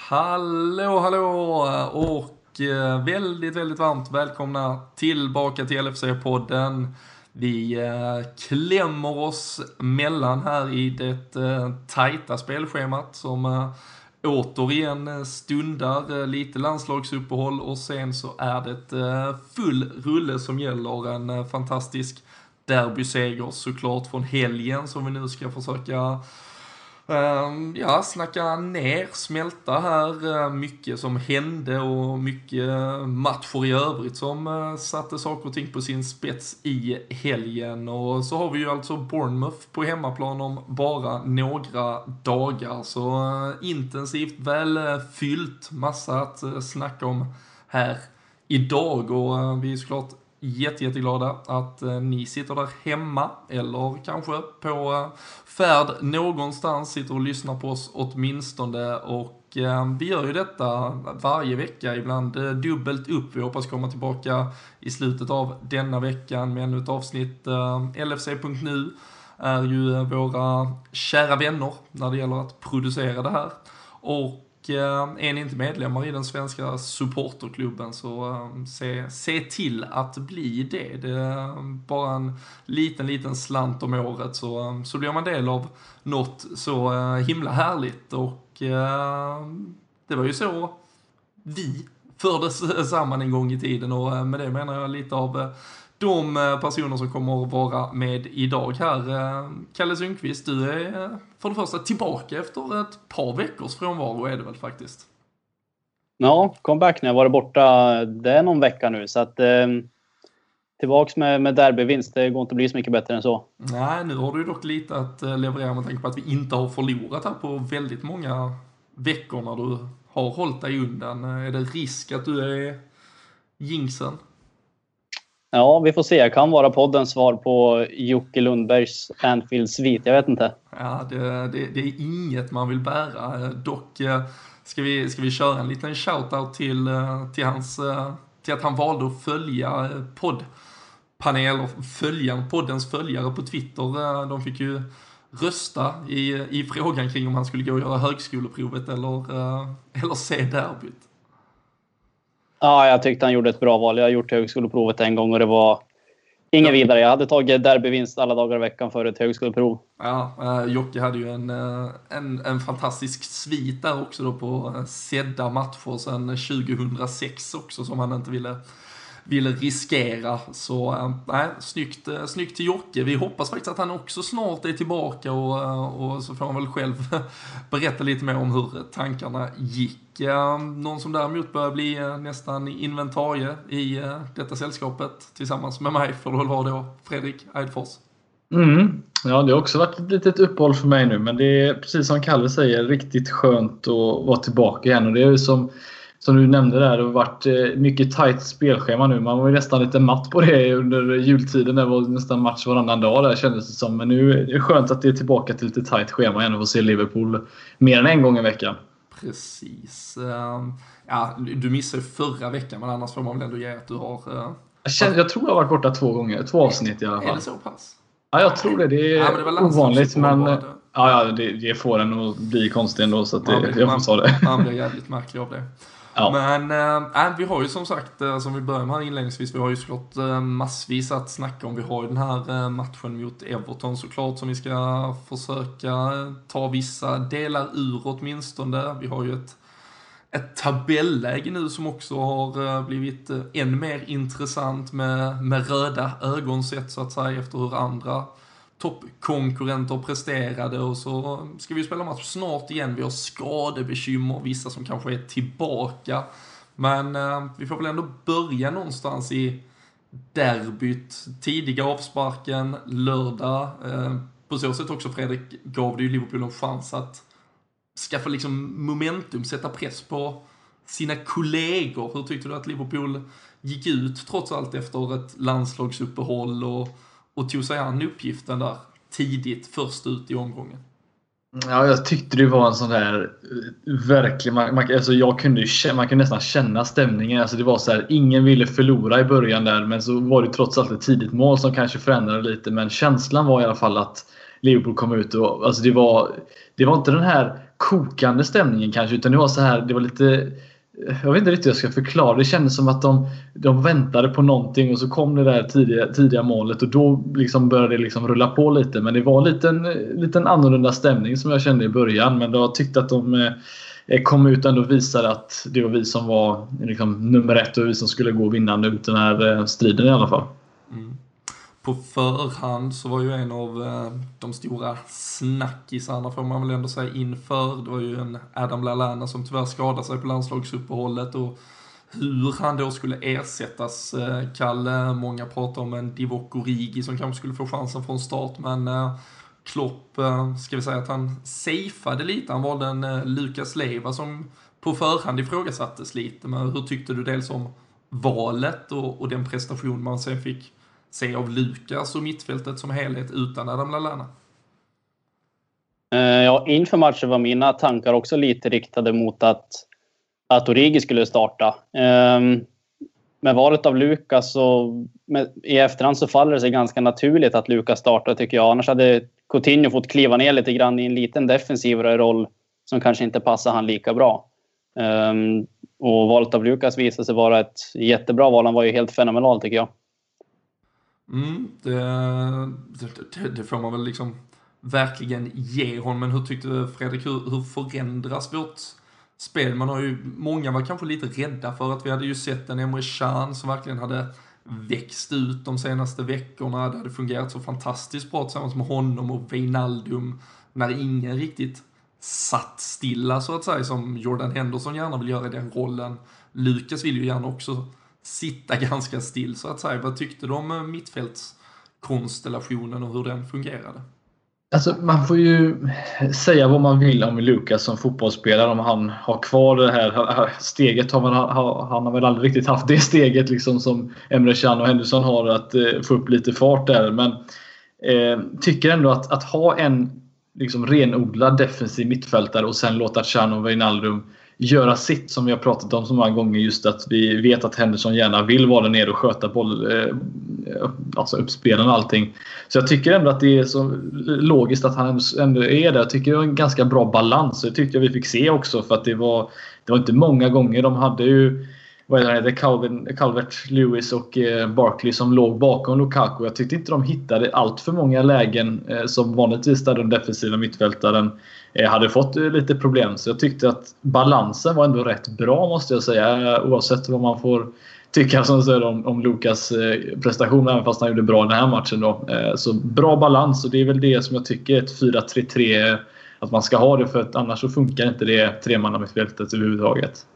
Hallå, hallå och väldigt, väldigt varmt välkomna tillbaka till LFC-podden. Vi klämmer oss mellan här i det tajta spelschemat som återigen stundar lite landslagsuppehåll och sen så är det full rulle som gäller en fantastisk derbyseger såklart från helgen som vi nu ska försöka snacka ner, smälta här. Mycket som hände och mycket matcher i övrigt som satte saker och ting på sin spets i helgen. Och så har vi ju alltså Bournemouth på hemmaplan om bara några dagar. Så intensivt, väl fyllt, massa att snacka om här idag. Och vi är såklart jätteglada att ni sitter där hemma eller kanske på färd någonstans, sitter och lyssnar på oss åtminstone. Och vi gör ju detta varje vecka, ibland dubbelt upp. Vi hoppas komma tillbaka i slutet av denna veckan med ännu ett avsnitt. LFC.nu är ju våra kära vänner när det gäller att producera det här. Och är ni inte medlemmar i den svenska supporterklubben så se till att bli det. Det är bara en liten slant om året så blir man del av något så himla härligt. Och det var ju så vi fördes samman en gång i tiden, och med det menar jag lite av de personer som kommer att vara med idag här. Kalle Sundqvist, du är för det första tillbaka efter ett par veckors frånvaro är det väl faktiskt? Ja, comeback när jag var borta. Det är någon vecka nu, så att tillbaks med derbyvinst. Det går inte att bli så mycket bättre än så. Nej, nu har du dock lite att leverera med tanke på att vi inte har förlorat här på väldigt många veckor när du har hållit dig undan. Är det risk att du är jinxen? Ja, vi får se. Jag kan vara poddens svar på Jocke Lundbergs Anfield-svit. Jag vet inte. Ja, det är inget man vill bära. Dock ska vi köra en liten shoutout till att han valde att följa poddpanel och poddens följare på Twitter. De fick ju rösta i frågan kring om han skulle gå och göra högskoleprovet eller se derbyt. Ja, jag tyckte han gjorde ett bra val. Jag har gjort högskoleprovet en gång och det var ingen vidare. Jag hade tagit derbyvinst alla dagar i veckan för ett högskoleprov. Ja, Jocke hade ju en fantastisk svit där också då på sedda matcher sedan 2006 också som han inte ville riskera. Så snyggt till Jocke. Vi hoppas faktiskt att han också snart är tillbaka och så får han väl själv berätta lite mer om hur tankarna gick. Någon som däremot börjar bli nästan inventarie i detta sällskapet tillsammans med mig får det väl vara då Fredrik Eidfors. Ja, det har också varit ett litet uppehåll för mig nu, men det är precis som Kalle säger riktigt skönt att vara tillbaka igen. Och det är ju som du nämnde där, det har varit mycket tajt spelschema nu. Man var ju nästan lite matt på det under jultiden. Det var nästan match varannan dag där kändes det som. Men nu är det skönt att det är tillbaka till lite tajt schema igen och få se Liverpool mer än en gång i veckan. Precis. Du missade förra veckan, men annars får man väl ändå ge att du har... Jag tror jag har varit borta 2 gånger, 2 avsnitt i alla fall. Är det så pass? Ja, jag tror det. Det är men det ovanligt, men det får den att bli konstigt ändå, så att jag får ta det. Man blir jävligt märklig av det. Ja. Men vi har ju som sagt, som vi börjar med här inledningsvis, vi har ju såklart massvis att snacka om. Vi har ju den här matchen mot Everton såklart som vi ska försöka ta vissa delar ur åtminstone. Vi har ju ett tabelläge nu som också har blivit än mer intressant med röda ögon sett så att säga efter hur andra toppkonkurrenter presterade. Och så ska vi spela match snart igen. Vi har skadebekymmer, vissa som kanske är tillbaka. Men vi får väl ändå börja någonstans i derbyt. Tidiga avsparken, lördag. På så sätt också, Fredrik, gav det ju Liverpool en chans att skaffa liksom momentum, sätta press på sina kollegor. Hur tyckte du att Liverpool gick ut trots allt efter ett landslagsuppehåll och tog sig an uppgiften där tidigt, först ut i omgången? Ja, jag tyckte det var en sån där verkligen, man kunde nästan känna stämningen. Alltså det var så här, ingen ville förlora i början där, men så var det trots allt ett tidigt mål som kanske förändrade lite, men känslan var i alla fall att Liverpool kom ut och alltså det var inte den här kokande stämningen kanske, utan det var så här, det var lite, jag vet inte riktigt hur jag ska förklara. Det kändes som att de väntade på någonting och så kom det där tidiga målet och då liksom började det liksom rulla på lite. Men det var liten annorlunda stämning som jag kände i början. Men jag tyckte att de kom ut ändå och visade att det var vi som var liksom nummer 1 och vi som skulle gå vinnande ut den här striden i alla fall. Mm. På förhand så var ju en av de stora snackisarna, får man väl ändå säga, inför. Det var ju en Adam Lallana som tyvärr skadade sig på landslagsuppehållet, och hur han då skulle ersättas. Kalle, många pratar om en Divock Origi som kanske skulle få chansen från start, men Klopp, ska vi säga att han safeade lite. Han valde en Lucas Leiva som på förhand ifrågasattes lite. Men hur tyckte du dels om valet och den prestation man sen fick se av Lucas och mittfältet som helhet utan Adam Lallana? Ja, inför matchen var mina tankar också lite riktade mot att Origi skulle starta. Med valet av Lucas så i efterhand så faller det sig ganska naturligt att Lucas startar, tycker jag. Annars hade Coutinho fått kliva ner lite grann i en liten defensivare roll som kanske inte passar han lika bra. Och valet av Lucas visade sig vara ett jättebra val. Han var ju helt fenomenal, tycker jag. Det får man väl liksom verkligen ge honom. Men hur tyckte du, Fredrik, hur förändras vårt spel? Många var kanske lite rädda för att vi hade ju sett en Emre Can som verkligen hade växt ut de senaste veckorna. Det hade fungerat så fantastiskt bra tillsammans med honom och Wijnaldum när ingen riktigt satt stilla, så att säga, som Jordan Henderson gärna vill göra i den rollen. Lucas vill ju gärna också sitta ganska still, så att säga. Vad tyckte du om mittfältskonstellationen och hur den fungerade? Alltså, man får ju säga vad man vill om Lucas som fotbollsspelare, om han har kvar det här steget. Han har väl aldrig riktigt haft det steget liksom som Emre Can och Henderson har, att få upp lite fart där. Men tycker ändå att ha en liksom renodlad defensiv mittfältare och sen låta Can och Wijnaldum göra sitt, som vi har pratat om så många gånger, just att vi vet att Henderson gärna vill vara där nere och sköta boll, alltså uppspelen och allting. Så jag tycker ändå att det är så logiskt att han ändå är där. Jag tycker det är en ganska bra balans, och det tyckte jag vi fick se också, för att det var inte många gånger de hade ju Calvert-Lewis och Barkley som låg bakom Lukaku. Jag tyckte inte de hittade allt för många lägen som vanligtvis där den defensiva mittfältaren hade fått lite problem. Så jag tyckte att balansen var ändå rätt bra, måste jag säga, oavsett vad man får tycka som så om Lukas prestation, även fast han gjorde bra i den här matchen då. Så bra balans, och det är väl det som jag tycker är ett 4-3-3 att man ska ha det, för att annars så funkar inte det tremannamittfältet överhuvudtaget.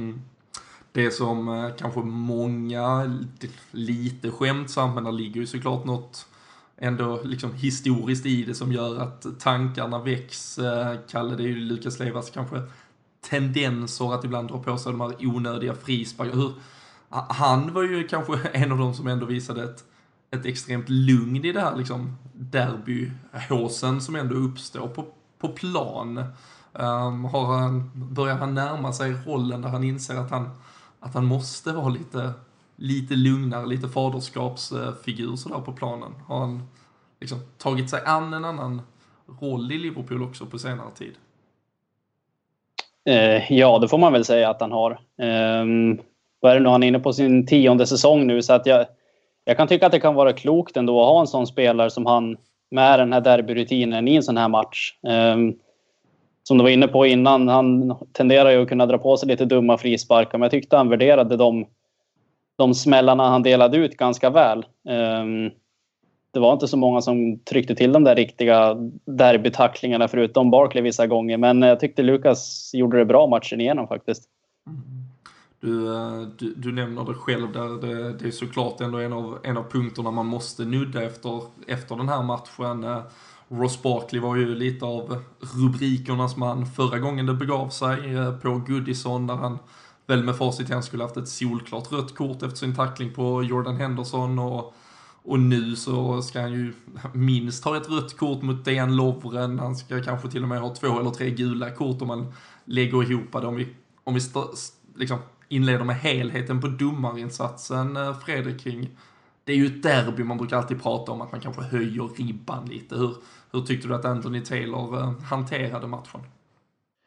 Det som kanske många lite skämtsamt, men det ligger ju såklart något ändå liksom historiskt i det som gör att tankarna väcks. Kalle, det är ju Lucas Leivas kanske tendenser att ibland dra på sig de här onödiga frisparkar. Han var ju kanske en av de som ändå visade ett extremt lugn i det här liksom derbyhåsen som ändå uppstår på plan. Börjar han närma sig rollen där han inser att han måste vara lite lugnare, lite faderskapsfigur sådär på planen? Har han liksom tagit sig an en annan roll i Liverpool också på senare tid? Ja, det får man väl säga att han har. Vad är det nu? Han är inne på sin 10:e säsong nu, så att jag kan tycka att det kan vara klokt ändå att ha en sån spelare som han med den här derbyrutinen i en sån här match. Som du var inne på innan, han tenderar ju att kunna dra på sig lite dumma frisparkar, men jag tyckte han värderade de smällarna han delade ut ganska väl. Det var inte så många som tryckte till de där riktiga derbytacklingarna förutom Barkley vissa gånger, men jag tyckte Lucas gjorde det bra matchen igenom faktiskt. Du nämner det själv där, det är såklart ändå en av punkterna man måste nudda efter den här matchen. Ross Barkley var ju lite av rubrikernas man förra gången det begav sig på Goodison, där han väl med facit igen skulle haft ett solklart rött kort efter sin tackling på Jordan Henderson, och nu så ska han ju minst ha ett rött kort mot Dejan Lovren. Han ska kanske till och med ha 2 eller 3 gula kort om man lägger ihop det. Om vi liksom inleder med helheten på domarinsatsen, Fredrik, kring det är ju ett derby, man brukar alltid prata om att man kanske höjer ribban lite. Hur tyckte du att Anthony Taylor hanterade matchen?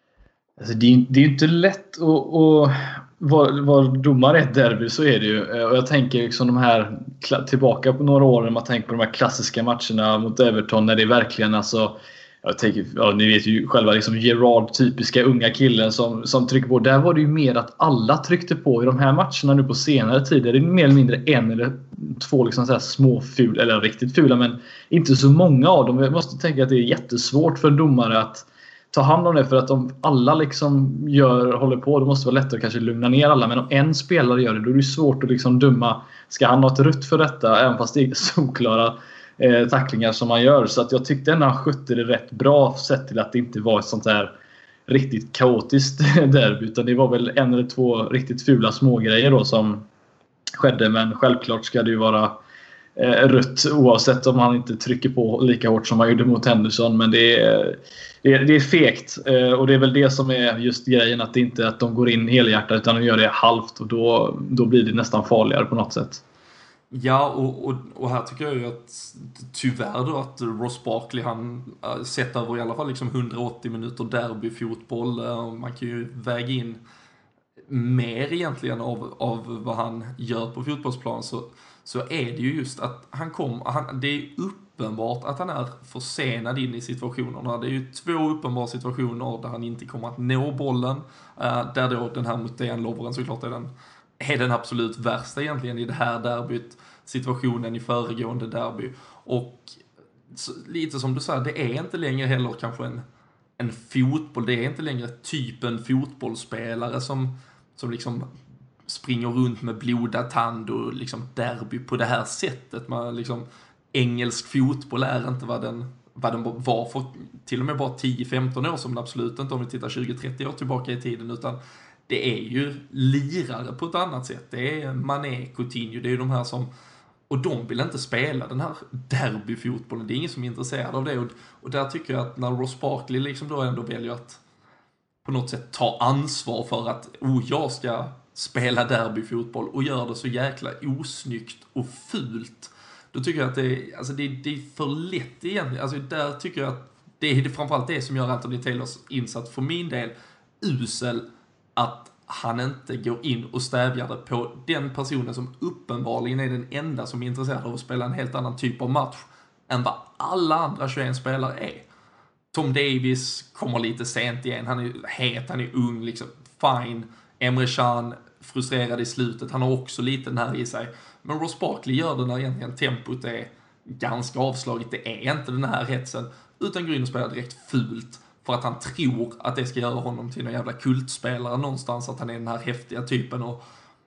Alltså det är ju inte lätt att vara domare i ett derby, så är det ju. Och jag tänker liksom de här tillbaka på några år när man tänker på de här klassiska matcherna mot Everton när det är verkligen alltså, jag tänker, ja, ni vet ju själva liksom Gerrard, typiska unga killen som trycker på. Där var det ju mer att alla tryckte på. I de här matcherna nu på senare tid är det mer eller mindre en eller två liksom så här små fula, eller riktigt fula, men inte så många av dem. Jag måste tänka att det är jättesvårt för en domare att ta hand om det, för att om alla liksom håller på, då måste det vara lättare att kanske lugna ner alla. Men om en spelare gör det, då är det svårt att liksom döma. Ska han ha ett rött för detta, även fast det är solklara tacklingar som man gör. Så att jag tyckte ändå han skötte det rätt bra, sett till att det inte var ett sånt här riktigt kaotiskt derby, utan det var väl en eller två riktigt fula smågrejer då som skedde. Men självklart ska det ju vara rött oavsett om han inte trycker på lika hårt som han gjorde mot Henderson. Men det är fegt, och det är väl det som är just grejen, att det inte är att de går in helhjärtat utan de gör det halvt, och då blir det nästan farligare på något sätt. Ja, och här tycker jag ju att tyvärr då att Ross Barkley, han sett över i alla fall liksom 180 minuter derbyfotboll. Man kan ju väga in mer egentligen av vad han gör på fotbollsplan, så är det ju just att det är uppenbart att han är försenad in i situationerna. Det är ju 2 uppenbara situationer där han inte kommer att nå bollen, där då den här mot Dejan Lovren såklart är den absolut värsta egentligen i det här derbyt, situationen i föregående derby. Och lite som du säger, det är inte längre heller kanske en fotboll, det är inte längre typen fotbollsspelare som liksom springer runt med blodad tand och liksom derby på det här sättet. Man liksom, engelsk fotboll är inte vad den var för till och med bara 10-15 år som, det absolut inte om vi tittar 20-30 år tillbaka i tiden, utan det är ju lirare på ett annat sätt. Det är Mané, Coutinho, det är ju de här som, och de vill inte spela den här derbyfotbollen. Det är ingen som är intresserad av det, och där tycker jag att när Ross Barkley liksom då ändå väljer att på något sätt ta ansvar för att jag ska spela derbyfotboll och gör det så jäkla osnyggt och fult, då tycker jag att det är för lätt egentligen. Alltså där tycker jag att det är framförallt det som gör Anthony Taylors insats för min del usel, att han inte går in och stävjar det på den personen som uppenbarligen är den enda som är intresserad av att spela en helt annan typ av match än vad alla andra 21 spelare är. Tom Davies kommer lite sent igen, han är het, han är ung liksom, fine. Emre Can frustrerad i slutet, han har också lite den här i sig. Men Ross Barkley gör det när egentligen tempot är ganska avslaget, det är inte den här hetsen, utan går in och spelar direkt fult för att han tror att det ska göra honom till en jävla kultspelare någonstans, att han är den här häftiga typen, och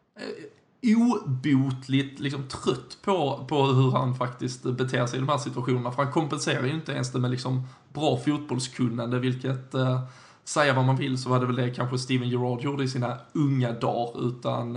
obotligt liksom trött på hur han faktiskt beter sig i de här situationerna, för han kompenserar ju inte ens det med liksom bra fotbollskunnande, vilket säga vad man vill, så var det väl det kanske Steven Gerrard gjorde i sina unga dagar, utan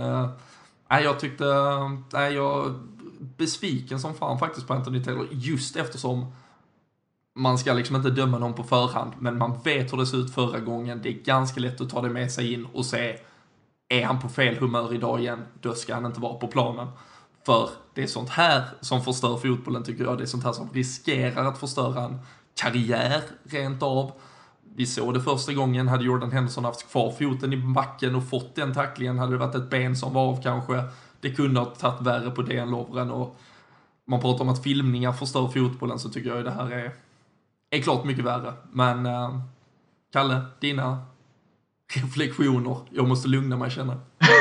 jag besviken som fan faktiskt på Anthony Taylor, just eftersom man ska liksom inte döma någon på förhand, men man vet hur det ser ut förra gången. Det är ganska lätt att ta det med sig in och se, är han på fel humör idag igen, då ska han inte vara på planen. För det är sånt här som förstör fotbollen, tycker jag. Det är sånt här som riskerar att förstöra en karriär rent av. Vi såg det första gången, hade Jordan Henderson haft kvar foten i backen och fått den tacklingen, hade det varit ett ben som var av kanske. Det kunde ha tagit värre på Dejan Lovren, och man pratar om att filmningar förstör fotbollen, så tycker jag det här är klart mycket värre. Men Kalle, dina reflektioner? Jag måste lugna mig, känner.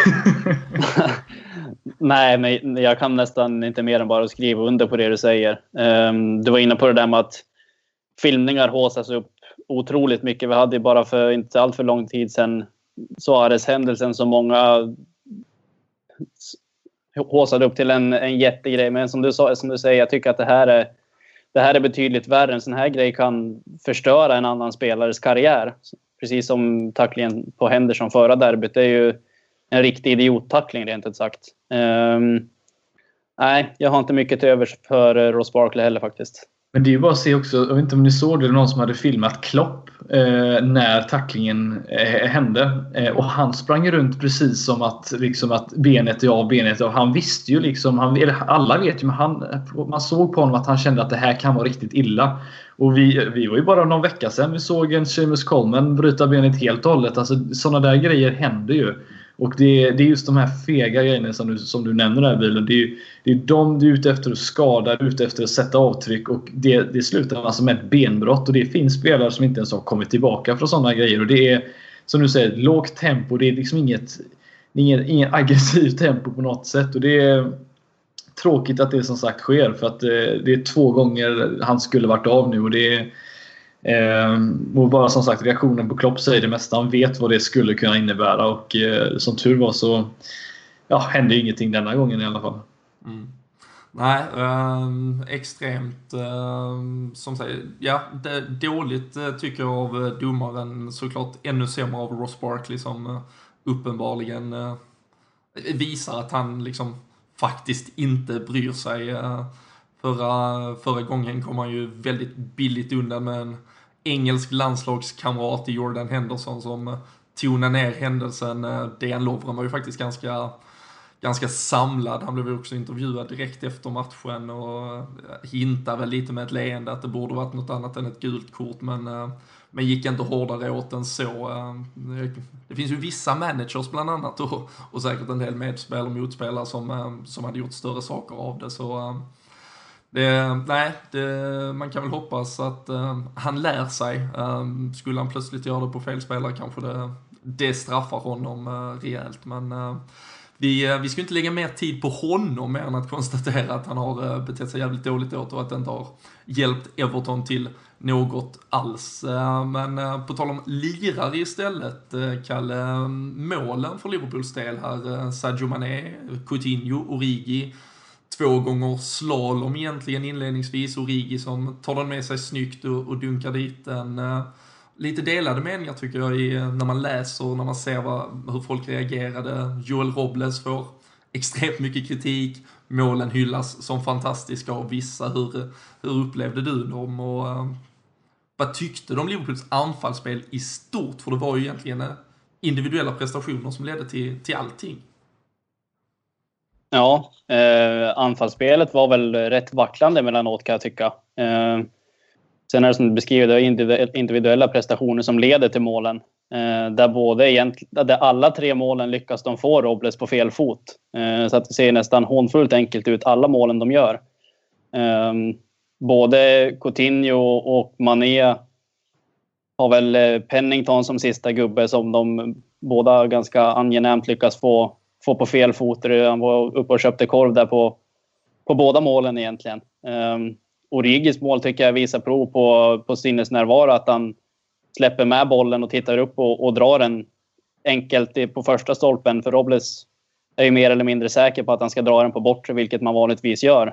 Nej, men jag kan nästan inte mer än bara skriva under på det du säger. Du var inne på det där med att filmningar håsas upp otroligt mycket. Vi hade bara för inte allt för lång tid sedan Suarez-händelsen som många håsade upp till en jättegrej. Men som du säger, jag tycker att det här är betydligt värre. En sån här grej kan förstöra en annan spelares karriär. Precis som tacklingen på Henderson förra derbyt. Det är ju en riktig idiottackling rent ut sagt. Nej, jag har inte mycket till övers för Ross Barkley heller faktiskt. Men det är ju bara att se också, jag vet inte om ni såg det, någon som hade filmat Klopp när tacklingen hände. Och han sprang runt precis som att, liksom, att benet är av, benet är av. Han visste ju liksom, alla vet ju, men man såg på honom att han kände att det här kan vara riktigt illa. Och vi var ju bara någon vecka sedan vi såg en Seamus Coleman bryta benet helt och hållet. Alltså sådana där grejer händer ju. Och det är just de här fega grejerna som du nämner där, bilen. Det är de du är ute efter att skada, ute efter att sätta avtryck. Och det slutar alltså med ett benbrott. Och det finns spelare som inte ens har kommit tillbaka från sådana grejer. Och det är, som du säger, lågt tempo. Det är liksom ingen aggressiv tempo på något sätt. Och det är tråkigt att det som sagt sker. För att det är 2 gånger han skulle varit av nu. Och det är... och bara som sagt, reaktionen på Klopp säger det mesta. Han vet vad det skulle kunna innebära. Och som tur var så hände ingenting denna gången i alla fall. Nej, extremt som säger, dåligt tycker jag av domaren, såklart ännu sämre av Ross Barkley som uppenbarligen visar att han liksom faktiskt inte bryr sig. Förra gången kom han ju väldigt billigt undan med en engelsk landslagskamrat i Jordan Henderson som tonade ner händelsen. Dejan Lovren var ju faktiskt ganska samlad. Han blev också intervjuad direkt efter matchen och hintade väl lite med ett leende att det borde varit något annat än ett gult kort, men gick inte hårdare åt än så. Det finns ju vissa managers bland annat och säkert en del medspel och motspelare som hade gjort större saker av det, så man kan väl hoppas att han lär sig. Skulle han plötsligt göra det på fel spelare kanske det straffar honom rejält, men vi ska inte lägga mer tid på honom mer än att konstatera att han har betett sig jävligt dåligt åt och att det inte har hjälpt Everton till något alls. Men på tal om lirare istället, Kalle, målen för Liverpools del här, Sadio Mané, Coutinho, Origi, 2 gånger slalom egentligen inledningsvis, Origi som tar den med sig snyggt och dunkar dit en lite delade meningar tycker jag när man läser och när man ser hur folk reagerade. Joel Robles får extremt mycket kritik, målen hyllas som fantastiska av vissa. Hur upplevde du dem och vad tyckte du om Liverpools anfallsspel i stort? För det var ju egentligen individuella prestationer som ledde till allting. Ja, anfallsspelet var väl rätt vacklande mellanåt kan jag tycka. Sen är det som du beskriver, det är individuella prestationer som leder till målen. Där alla 3 målen lyckas de få Robles på fel fot. Så att det ser nästan hånfullt enkelt ut, alla målen de gör. Både Coutinho och Mané har väl Pennington som sista gubbe som de båda ganska angenämt lyckas få på fel fot. Han var uppe och köpte korv där på båda målen egentligen. Origis mål tycker jag visar prov på sinnesnärvaro, att han släpper med bollen och tittar upp och drar den enkelt på första stolpen, för Robles är ju mer eller mindre säker på att han ska dra den på bortre, vilket man vanligtvis gör.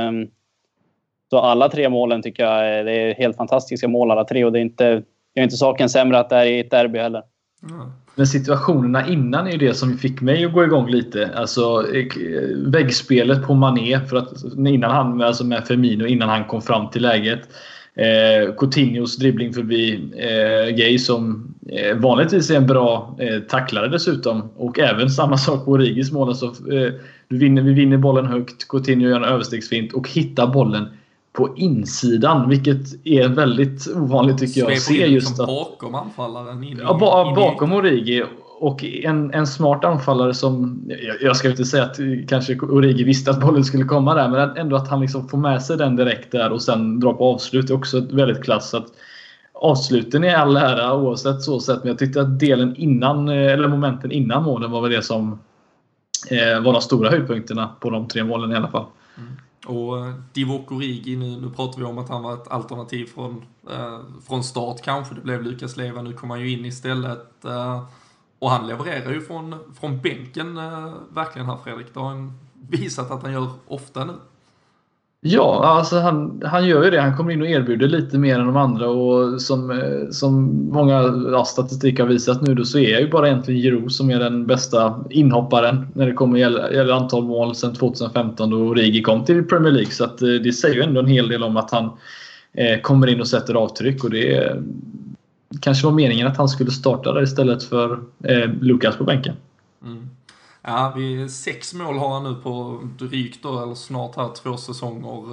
Så alla 3 målen tycker jag det är helt fantastiska mål alla 3, och det är inte saken sämre att det är i ett derby heller. Men situationerna innan är ju det som fick mig att gå igång lite. Alltså väggspelet på Mané, för att innan han, alltså med Firmino, innan han kom fram till läget. Coutinhos dribbling förbi Gay som vanligtvis är en bra tacklare dessutom. Och även samma sak på Origis mål. Alltså, vi vinner bollen högt, Coutinho gör en överstegsfint och hittar bollen på insidan, vilket är väldigt ovanligt tycker jag. Ser just att bakom anfallaren bakom Origi, och en smart anfallare som, jag ska inte säga att kanske Origi visste att bollen skulle komma där, men ändå att han liksom får med sig den direkt där och sen drar på avslut är också väldigt klassat. Avsluten är all ära oavsett så sätt, men jag tyckte att delen innan, eller momenten innan målen var väl det som var de stora höjdpunkterna på de 3 målen i alla fall. Och Divock Origi, nu pratar vi om att han var ett alternativ från start kanske. Det blev Lucas Leiva, nu kommer han ju in istället. Och han levererar ju från bänken verkligen här, Fredrik. Det har han visat att han gör ofta nu. Ja, alltså han gör ju det. Han kommer in och erbjuder lite mer än de andra, och som många statistik har visat nu då, så är ju bara egentligen Giroud som är den bästa inhopparen när det kommer gäller antal mål sedan 2015 då Origi kom till Premier League. Så att det säger ju ändå en hel del om att han kommer in och sätter avtryck. Och det kanske var meningen att han skulle starta där istället för Lukas på bänken. Mm. Ja, 6 mål har han nu på drygt då, eller snart här 2 säsonger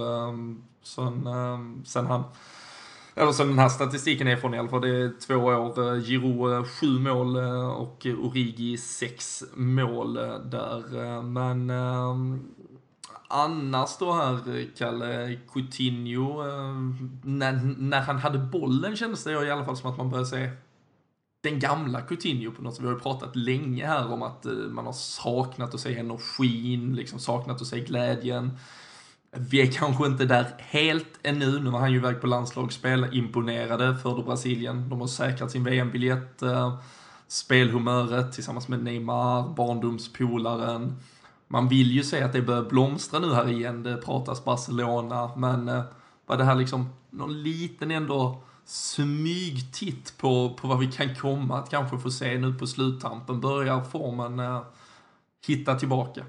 sen han, eller sen den här statistiken är från i alla fall. Det är 2 år, Giroud 7 mål och Origi 6 mål där. Men annars då här, Kalle, Coutinho, när han hade bollen kändes det i alla fall som att man började se den gamla Coutinho på något sätt. Vi har ju pratat länge här om att man har saknat att se energin, liksom saknat att se glädjen. Vi är kanske inte där helt ännu. Nu var han ju iväg på landslagsspel, imponerade för Brasilien. De har säkrat sin VM-biljett, spelhumöret tillsammans med Neymar, barndomspolaren. Man vill ju se att det börjar blomstra nu här igen. Det pratas Barcelona, men var det här liksom någon liten ändå smygtitt på vad vi kan komma att kanske få se nu på sluttampen? Börjar formen hitta tillbaka?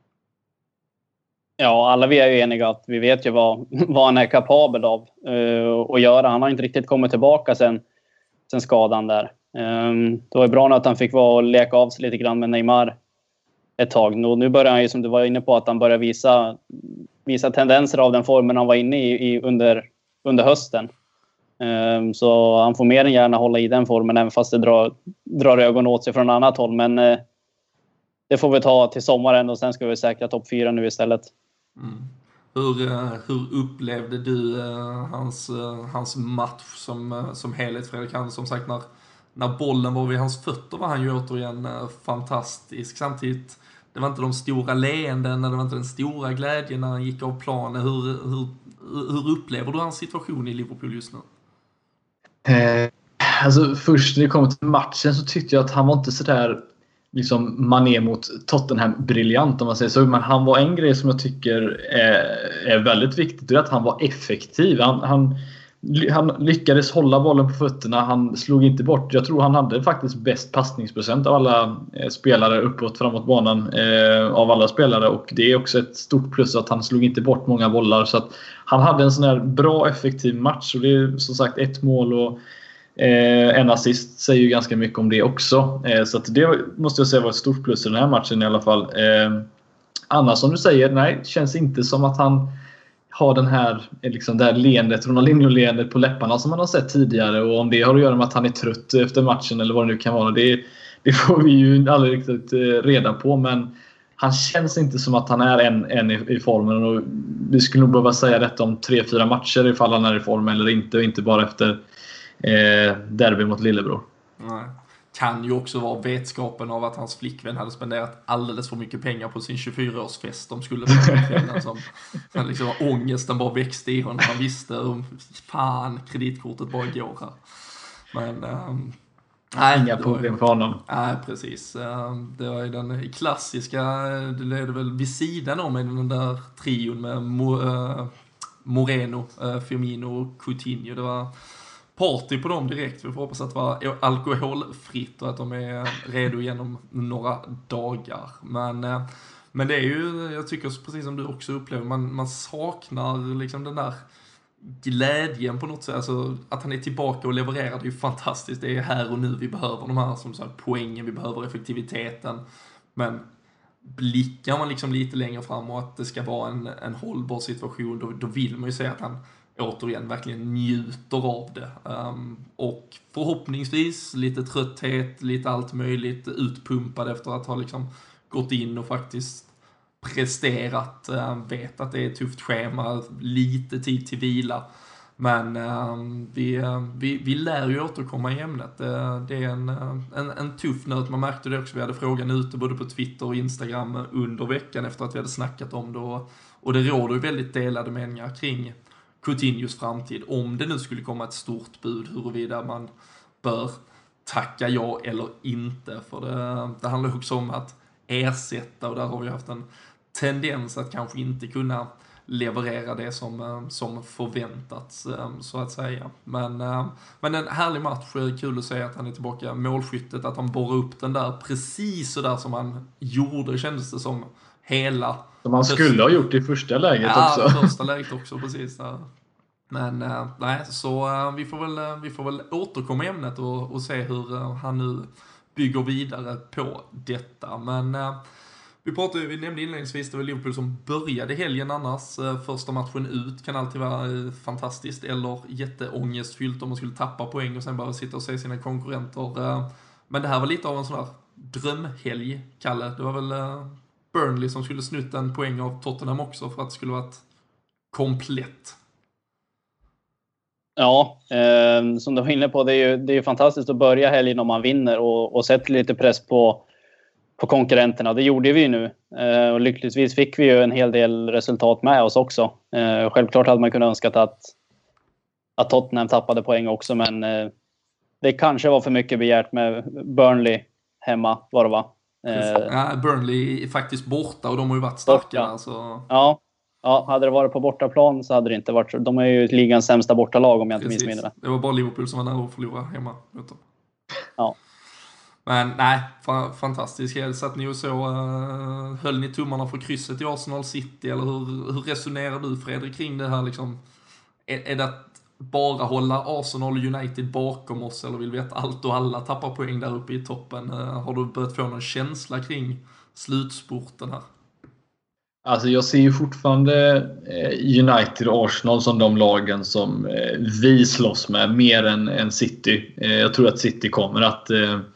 Ja, alla vi är ju eniga att vi vet ju vad han är kapabel av att göra. Han har inte riktigt kommit tillbaka sen skadan där. Det var bra att han fick vara och leka av sig lite grann med Neymar ett tag. Nu börjar han ju, som du var inne på, att han börjar visa tendenser av den formen han var inne i under hösten. Så han får mer än gärna hålla i den formen, även fast det drar ögon åt sig från annat håll. Men det får vi ta till sommaren och sen ska vi säkra topp 4 nu istället. Mm. Hur upplevde du hans match som helhet, Fredrik? Han, som sagt, när bollen var vid hans fötter var han ju återigen fantastisk. Samtidigt, det var inte de stora leenden, det var inte den stora glädjen när han gick av planen. Hur upplever du hans situation i Liverpool just nu? Alltså först när det kom till matchen så tyckte jag att han var inte så där liksom Mané mot Tottenham briljant, om man säger så. Men han var en grej som jag tycker är väldigt viktigt, det är att han var effektiv. Han lyckades hålla bollen på fötterna. Han slog inte bort. Jag tror han hade faktiskt bäst passningsprocent av alla spelare uppåt framåt banan, av alla spelare. Och det är också ett stort plus att han slog inte bort många bollar. Så att han hade en sån här bra effektiv match. Och det är som sagt 1 mål och en assist säger ju ganska mycket om det också. Så att det måste jag säga var ett stort plus i den här matchen i alla fall. Annars som du säger, nej, känns inte som att han har den här, liksom det här leendet, Ronaldinho-leendet på läpparna som man har sett tidigare. Och om det har att göra med att han är trött efter matchen eller vad det nu kan vara, det får vi ju aldrig riktigt reda på. Men han känns inte som att han är en i formen. Och vi skulle nog behöva säga detta om 3-4 matcher ifall han är i form eller inte. Och inte bara efter derby mot lillebror. Nej. Kan ju också vara vetskapen av att hans flickvän hade spenderat alldeles för mycket pengar på sin 24-årsfest. De skulle få kvällen som liksom, ångesten bara växte i honom. Han visste fan, kreditkortet bara går här. Men nej, inga problem för honom. Nej, precis. Det var ju den klassiska, det ledde väl vid sidan om den där trion med Moreno, Firmino och Coutinho. Det var party på dem direkt. Vi får hoppas att det var alkoholfritt och att de är redo genom några dagar. Men det är ju, jag tycker precis som du också upplever, man saknar liksom den där glädjen på något sätt. Alltså, att han är tillbaka och levererar, det är ju fantastiskt. Det är här och nu vi behöver de här, som sagt, poängen, vi behöver effektiviteten. Men blickar man liksom lite längre fram och att det ska vara en hållbar situation, då vill man ju säga att han återigen verkligen njuter av det. Och förhoppningsvis lite trötthet, lite allt möjligt utpumpad efter att ha liksom gått in och faktiskt presterat. Vet att det är ett tufft schema, lite tid till vila. Men vi lär ju återkomma i ämnet. Det är en tuff nöt. Man märkte det också. Vi hade frågan ute både på Twitter och Instagram under veckan efter att vi hade snackat om det. Och det råder ju väldigt delade meningar kring Coutinhos framtid. Om det nu skulle komma ett stort bud, huruvida man bör tacka ja eller inte. För det handlar också om att ersätta, och där har vi haft en tendens att kanske inte kunna leverera det som förväntats, så att säga. Men en härlig match, kul att säga att han är tillbaka. Målskyttet, att han borrar upp den där precis så där som han gjorde, kändes det som hela. Som han skulle ha gjort i första läget också. Ja, första läget också, precis där. Men nej, så vi får väl återkomma i ämnet och se hur han nu bygger vidare på detta. Men vi nämnde inledningsvis, det var Liverpool som började helgen annars. Första matchen ut kan alltid vara fantastiskt eller jätteångestfyllt om man skulle tappa poäng och sen bara sitta och se sina konkurrenter. Men det här var lite av en sån där drömhelg, Kalle. Det var väl Burnley som skulle snutt en poäng av Tottenham också för att det skulle varit komplett. Ja, som du var inne på, det är ju fantastiskt att börja helgen om man vinner och sätter lite press på konkurrenterna. Det gjorde vi ju nu. Och lyckligtvis fick vi ju en hel del resultat med oss också. Självklart hade man kunnat önskat att Tottenham tappade poäng också, men det kanske var för mycket begärt med Burnley hemma, var det va? Burnley är faktiskt borta och de har ju varit starka. Alltså. Ja, hade det varit på bortaplan så hade det inte varit så. De är ju ligans sämsta bortalag om jag inte missminner det. Det var bara Liverpool som var nära att förlora hemma. Ja. Men nej, fantastiskt. Jag satt ni och så, höll ni tummarna för krysset i Arsenal City? Eller hur resonerar du, Fredrik, kring det här? Liksom, är det att bara hålla Arsenal och United bakom oss? Eller vill vi att allt och alla tappar poäng där uppe i toppen? Har du börjat få någon känsla kring slutspurten här? Alltså jag ser ju fortfarande United och Arsenal som de lagen som vi slåss med mer än City. Jag tror att City kommer att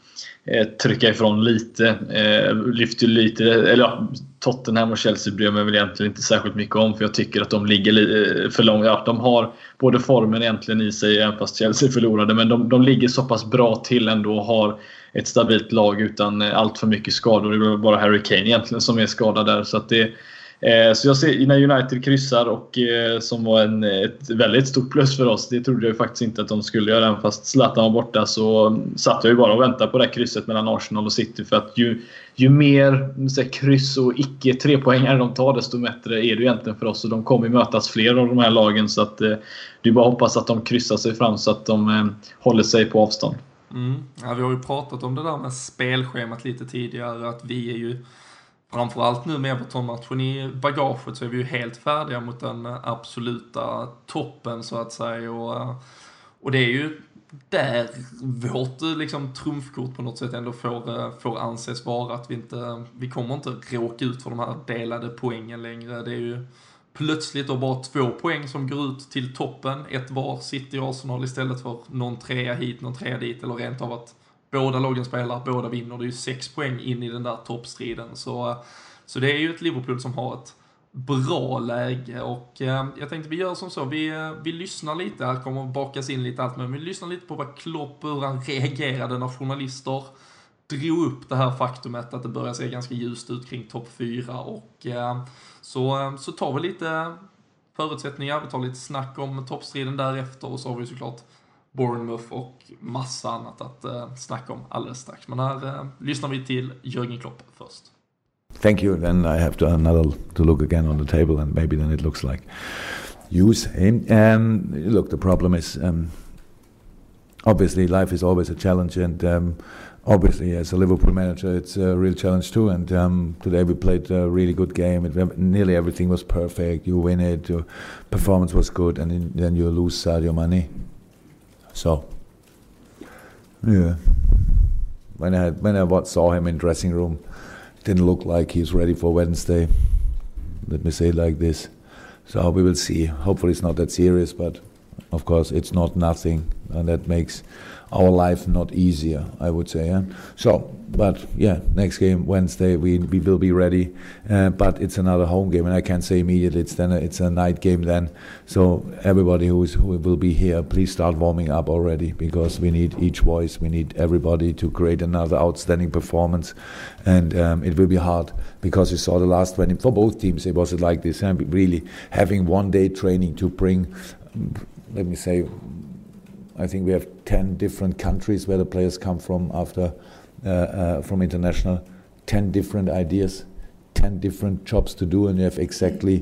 trycka ifrån lite, lyfter lite, eller ja, Tottenham och Chelsea bryr mig väl egentligen inte särskilt mycket om, för jag tycker att de ligger för långt. Ja, de har både formen egentligen i sig, även fast Chelsea förlorade, men de ligger så pass bra till ändå och har ett stabilt lag utan allt för mycket skador. Det är bara Harry Kane egentligen som är skadad där, så att det. Så jag ser när United kryssar, och som var ett väldigt stort plus för oss. Det trodde jag faktiskt inte att de skulle göra. Även fast Zlatan var borta så satt jag ju bara och väntade på det här krysset mellan Arsenal och City. För att ju mer kryss och icke 3-poängare de tar, desto bättre är det egentligen för oss. Och de kommer mötas fler av de här lagen. Så att det är bara hoppas att de kryssar sig fram så att de håller sig på avstånd. Ja, vi har ju pratat om det där med spelschemat lite tidigare. Att vi är ju framförallt nu med Everton-matchen i bagaget så är vi ju helt färdiga mot den absoluta toppen så att säga. Och det är ju där vårt liksom trumfkort på något sätt ändå får anses vara att vi kommer inte råka ut för de här delade poängen längre. Det är ju plötsligt då bara 2 poäng som går ut till toppen. Ett var City och Arsenal istället för någon 3 hit, någon 3 dit, eller rent av att båda lagen spelar, båda vinner. Det är ju 6 poäng in i den där toppstriden. Så det är ju ett Liverpool som har ett bra läge. Och jag tänkte vi gör som så. Vi lyssnar lite. Här kommer bakas in lite allt. Men vi lyssnar lite på vad Klopp, hur han reagerade när journalister drog upp det här faktumet att det börjar se ganska ljust ut kring topp 4. Och så tar vi lite förutsättningar. Vi tar lite snack om toppstriden därefter. Och så har vi såklart Bournemouth och massa annat att snacka om alldeles strax. Men här lyssnar vi till Jürgen Klopp först. Thank you. Then I have to look again on the table, and maybe then it looks like use. Look, the problem is obviously life is always a challenge, and obviously as a Liverpool manager it's a real challenge too. And today we played a really good game. Nearly everything was perfect. You win it, your performance was good, and then you lose Sadio Mane. So, yeah, when I saw him in dressing room, it didn't look like he's ready for Wednesday. Let me say it like this. So we will see. Hopefully it's not that serious, but of course it's not nothing, and that makes our life not easier, I would say. Yeah? So, but yeah, next game Wednesday we will be ready, but it's another home game, and I can't say immediately it's a night game then. So everybody who will be here, please start warming up already, because we need each voice, we need everybody to create another outstanding performance, and it will be hard, because you saw the last 20 for both teams. It was like this, and really having 1 day training to bring. Let me say, I think we have 10 different countries where the players come from after from international. 10 different ideas, 10 different jobs to do, and you have exactly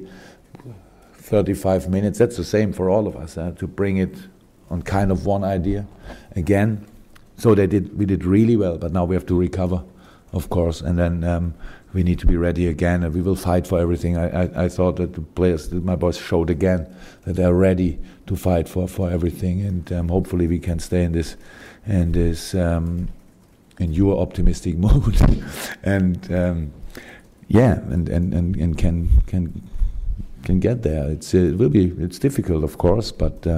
35 minutes. That's the same for all of us, to bring it on kind of one idea again. So we did really well, but now we have to recover. of course, and then we need to be ready again, and we will fight for everything. I thought that the players, my boys, showed again that they are ready to fight for everything, and hopefully we can stay in this in your optimistic mood, and and can get there. It's difficult, of course, but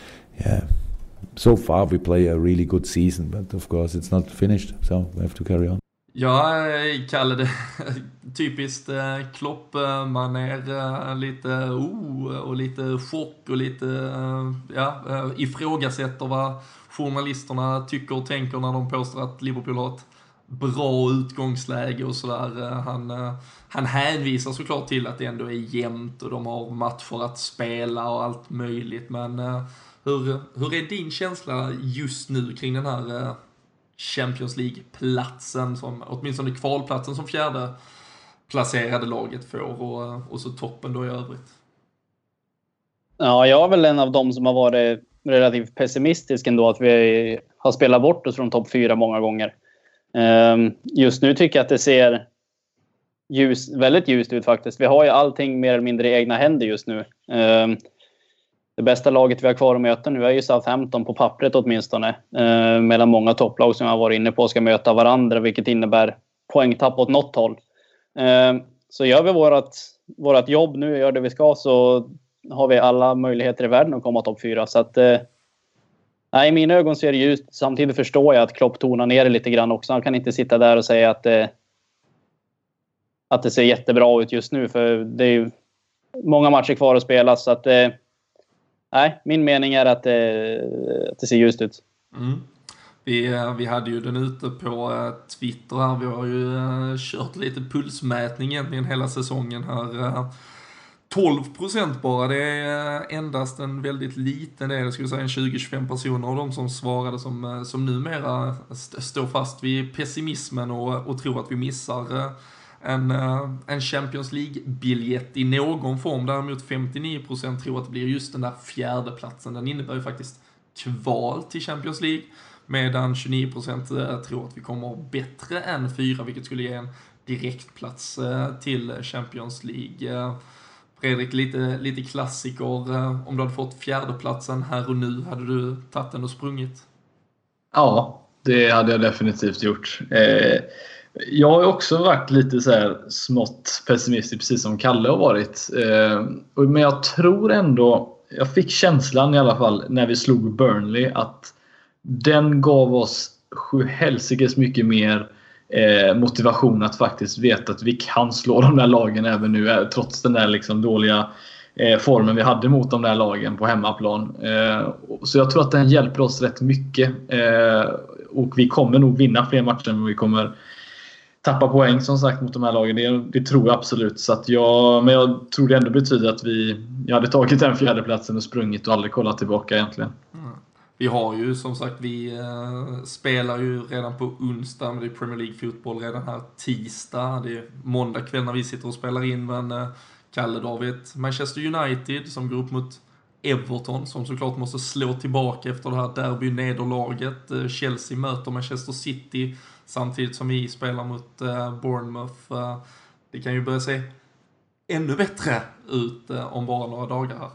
so far we play a really good season, but of course it's not finished, so we have to carry on. Ja, Kalle, det typiskt Klopp, man är lite och lite chock och lite ifrågasätter vad journalisterna tycker och tänker när de påstår att Liverpool har ett bra utgångsläge och sådär. Han hänvisar såklart till att det ändå är jämnt och de har matcher att spela och allt möjligt, men hur är din känsla just nu kring den här Champions League-platsen, som åtminstone kvalplatsen som fjärde placerade laget får, och så toppen då i övrigt? Ja, jag är väl en av dem som har varit relativt pessimistisk ändå, att vi har spelat bort oss från topp 4 många gånger. Just nu tycker jag att det ser väldigt ljust ut faktiskt. Vi har ju allting mer eller mindre i egna händer just nu. Det bästa laget vi har kvar att möta nu är ju Southampton på pappret åtminstone. Medan många topplag som jag har varit inne på ska möta varandra, vilket innebär poängtapp åt något håll. Så gör vi vårat jobb nu, gör det vi ska, så har vi alla möjligheter i världen att komma topp 4. Så att i mina ögon ser det ljust. Samtidigt förstår jag att Klopp tonar ner det lite grann också. Han kan inte sitta där och säga att det ser jättebra ut just nu, för det är ju många matcher kvar att spela, så att min mening är att det ser ljust ut. Vi hade ju den ute på Twitter här. Vi har ju kört lite pulsmätning egentligen hela säsongen här. 12% bara, det är endast en väldigt liten del, jag skulle säga en 20-25 personer av dem som svarade som numera står fast vid pessimismen och tror att vi missar en Champions League-biljett i någon form. Däremot 59% tror att det blir just den där fjärde platsen. Den innebär ju faktiskt kval till Champions League, medan 29% tror att vi kommer bättre än 4, vilket skulle ge en direktplats till Champions League. Fredrik, lite klassiker. Om du hade fått fjärdeplatsen här och nu, hade du tagit den och sprungit? Ja, det hade jag definitivt gjort. Jag har också varit lite så här smått pessimistisk, precis som Kalle har varit. Men jag tror ändå, jag fick känslan i alla fall när vi slog Burnley, att den gav oss helsikes mycket mer motivation att faktiskt veta att vi kan slå de där lagen även nu, trots den där liksom dåliga formen vi hade mot de där lagen på hemmaplan. Så jag tror att den hjälper oss rätt mycket, och vi kommer nog vinna fler matcher, men vi kommer tappa poäng som sagt mot de här lagen. Det tror jag absolut. Så att men jag tror det ändå betyder att jag hade tagit den fjärde platsen och sprungit och aldrig kollat tillbaka egentligen. Vi har ju som sagt, vi spelar ju redan på onsdag, men det är Premier League-fotboll redan här tisdag. Det är måndag kväll när vi sitter och spelar in, men Kalle, David, Manchester United som går upp mot Everton, som såklart måste slå tillbaka efter det här derby-nederlaget. Chelsea möter Manchester City samtidigt som vi spelar mot Bournemouth. Det kan ju börja se ännu bättre ut om bara några dagar här.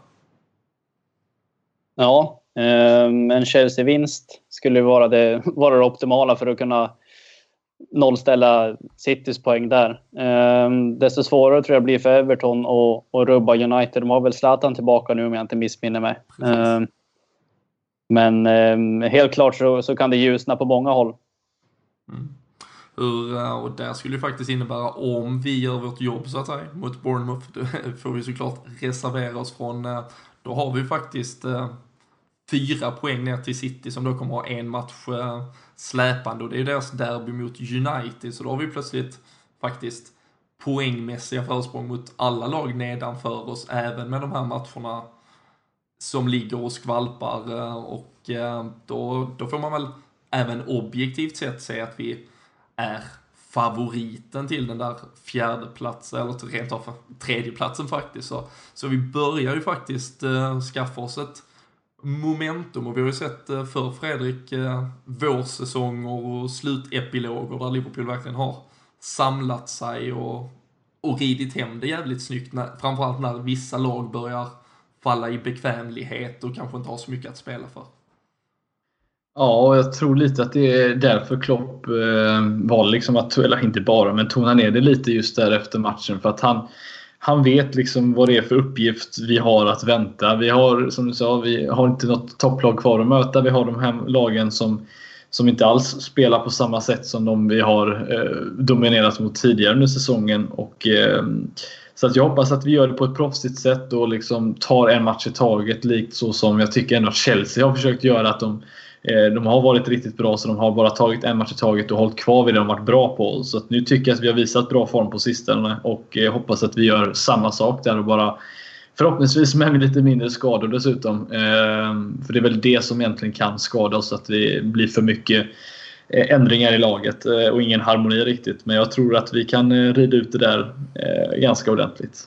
Ja, en Chelsea-vinst skulle vara det optimala för att kunna nollställa Citys poäng där. Desto svårare tror jag blir för Everton och rubba United. De har väl Zlatan tillbaka nu om jag inte missminner mig. Men helt klart så kan det ljusna på många håll. Och där skulle det faktiskt innebära, om vi gör vårt jobb så att säga mot Bournemouth, får vi såklart reservera oss från, då har vi faktiskt 4 poäng ner till City, som då kommer ha en match släpande, och det är deras derby mot United, så då har vi plötsligt faktiskt poängmässiga försprång mot alla lag nedanför oss, även med de här matcherna som ligger och skvalpar, och då får man väl även objektivt sett säga att vi är favoriten till den där fjärde platsen, eller rent av tredje platsen faktiskt. Så vi börjar ju faktiskt skaffa oss ett momentum, och vi har ju sett för Fredrik vårsäsonger och slutepiloger där Liverpool verkligen har samlat sig och ridit hem det jävligt snyggt, framförallt när vissa lag börjar falla i bekvämlighet och kanske inte har så mycket att spela för. Ja, och jag tror lite att det är därför Klopp var liksom att, eller inte bara, men tona ner det lite just där efter matchen, för att han vet liksom vad det är för uppgift vi har att vänta. Vi har, som du sa, vi har inte något topplag kvar att möta. Vi har de här lagen som inte alls spelar på samma sätt som de vi har dominerat mot tidigare under säsongen. Och, så att jag hoppas att vi gör det på ett proffsigt sätt och liksom tar en match i taget, likt så som jag tycker ändå att Chelsea har försökt göra. Att de har varit riktigt bra, så de har bara tagit en match i taget och hållit kvar vid det de varit bra på. Så att nu tycker jag att vi har visat bra form på sistone, och hoppas att vi gör samma sak där, och bara förhoppningsvis med lite mindre skador dessutom. För det är väl det som egentligen kan skada oss, att det blir för mycket ändringar i laget och ingen harmoni riktigt. Men jag tror att vi kan rida ut det där ganska ordentligt.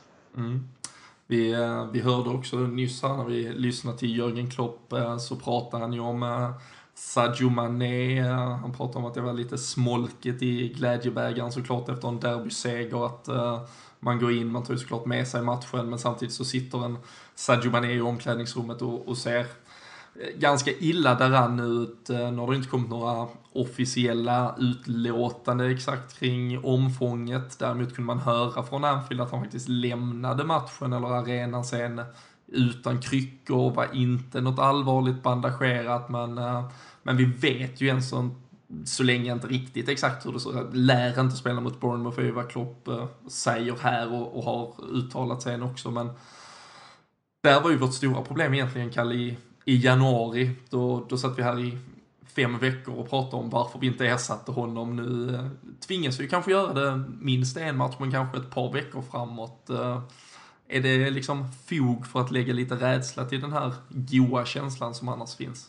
Vi hörde också nyss här när vi lyssnade till Jürgen Klopp, så pratade han ju om Sadio Mané. Han pratade om att det var lite smolket i glädjebägaren såklart efter en derbyseger, att man går in, man tar ju såklart med sig matchen, men samtidigt så sitter en Sadio Mané i omklädningsrummet och ser ganska illa däran ut. Nu har det inte kommit några officiella utlåtande exakt kring omfånget. Däremot kunde man höra från Anfield att han faktiskt lämnade matchen eller arenan sen utan kryckor, var inte något allvarligt bandagerat, men vi vet ju än så länge inte riktigt exakt hur det så lär inte spela mot Bournemouth, för vad Klopp säger här och har uttalat sen också. Men där var ju vårt stora problem egentligen, Kalle, i januari. Då satt vi här i 5 veckor och pratade om varför vi inte ersatte honom. Nu tvingas vi kanske göra det minst en match, men kanske ett par veckor framåt. Är det liksom fog för att lägga lite rädsla till den här goa känslan som annars finns?